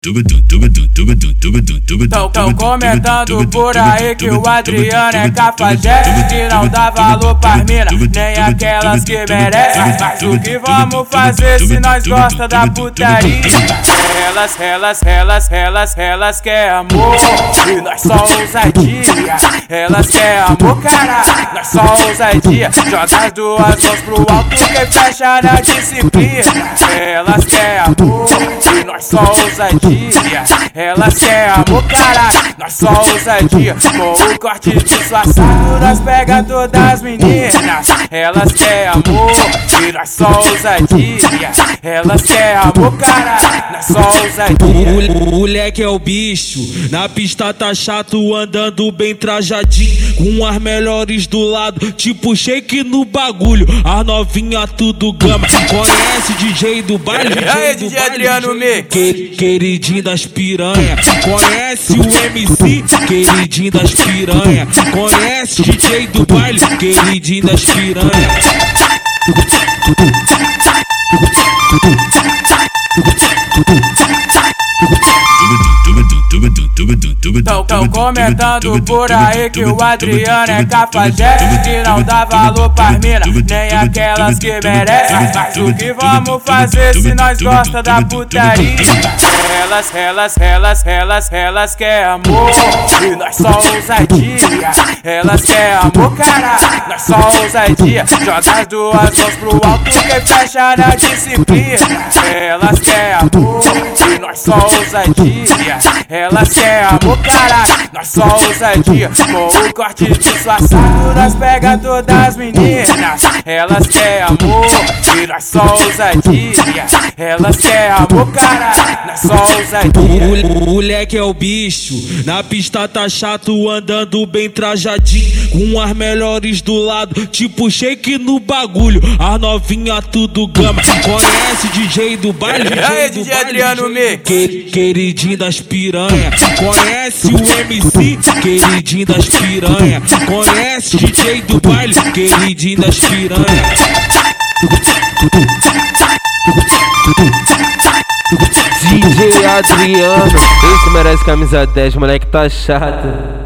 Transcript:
Tão comentando por aí que o Adriano é cafajeste, que não dá valor pras mina, nem aquelas que merecem. Mas o que vamos fazer se nós gosta da putaria? Elas quer amor e nós só ousadia. Elas quer amor, caralho, nós só ousadia. Joga as duas mãos pro alto que fecha na disciplina. Elas quer amor e nós só ousadia. Elas quer amor, caralho, nós só ousadia. Com o corte disfarçado, nós pega todas as meninas. Elas quer amor e nós só ousadia. Elas quer amor, caralho, nós só ousadia. O moleque é o bicho, na pista tá chato, andando bem trajadinho, com as melhores do lado, tipo shake no bagulho. As novinha tudo gama, conhece DJ do baile, DJ Adriano Mix, queridinho das piranha. Conhece o MC, queridinho das piranha. Conhece DJ do baile, queridinho das piranha. Tão comentando por aí que o Adriano é cafajeste, que não dá valor pras mina, nem aquelas que merecem. Mas o que vamos fazer se nós gosta da putaria? Elas quer amor e nós só ousadia. Elas quer amor, caralho, nós só ousadia. Joga as duas mãos pro alto que fecha na disciplina. Elas quer amor e nós só ousadia. Elas quer amor, caralho, nós só ousadia. Com o corte disfarçado, nós pega todas as meninas. Elas quer amor e nós só ousadia. Elas quer amor, caralho, nós só ousadia. O moleque é o bicho, na pista tá chato, andando bem trajadinho, com as melhores do lado, tipo shake no bagulho. As novinha tudo gama, conhece DJ do baile, DJ Adriano Mix, queridinho das piranha. Conhece o MC, queridinho das piranha. Conhece DJ do baile, queridinho das piranha. DJ Adriano, esse merece camisa 10, moleque tá chato.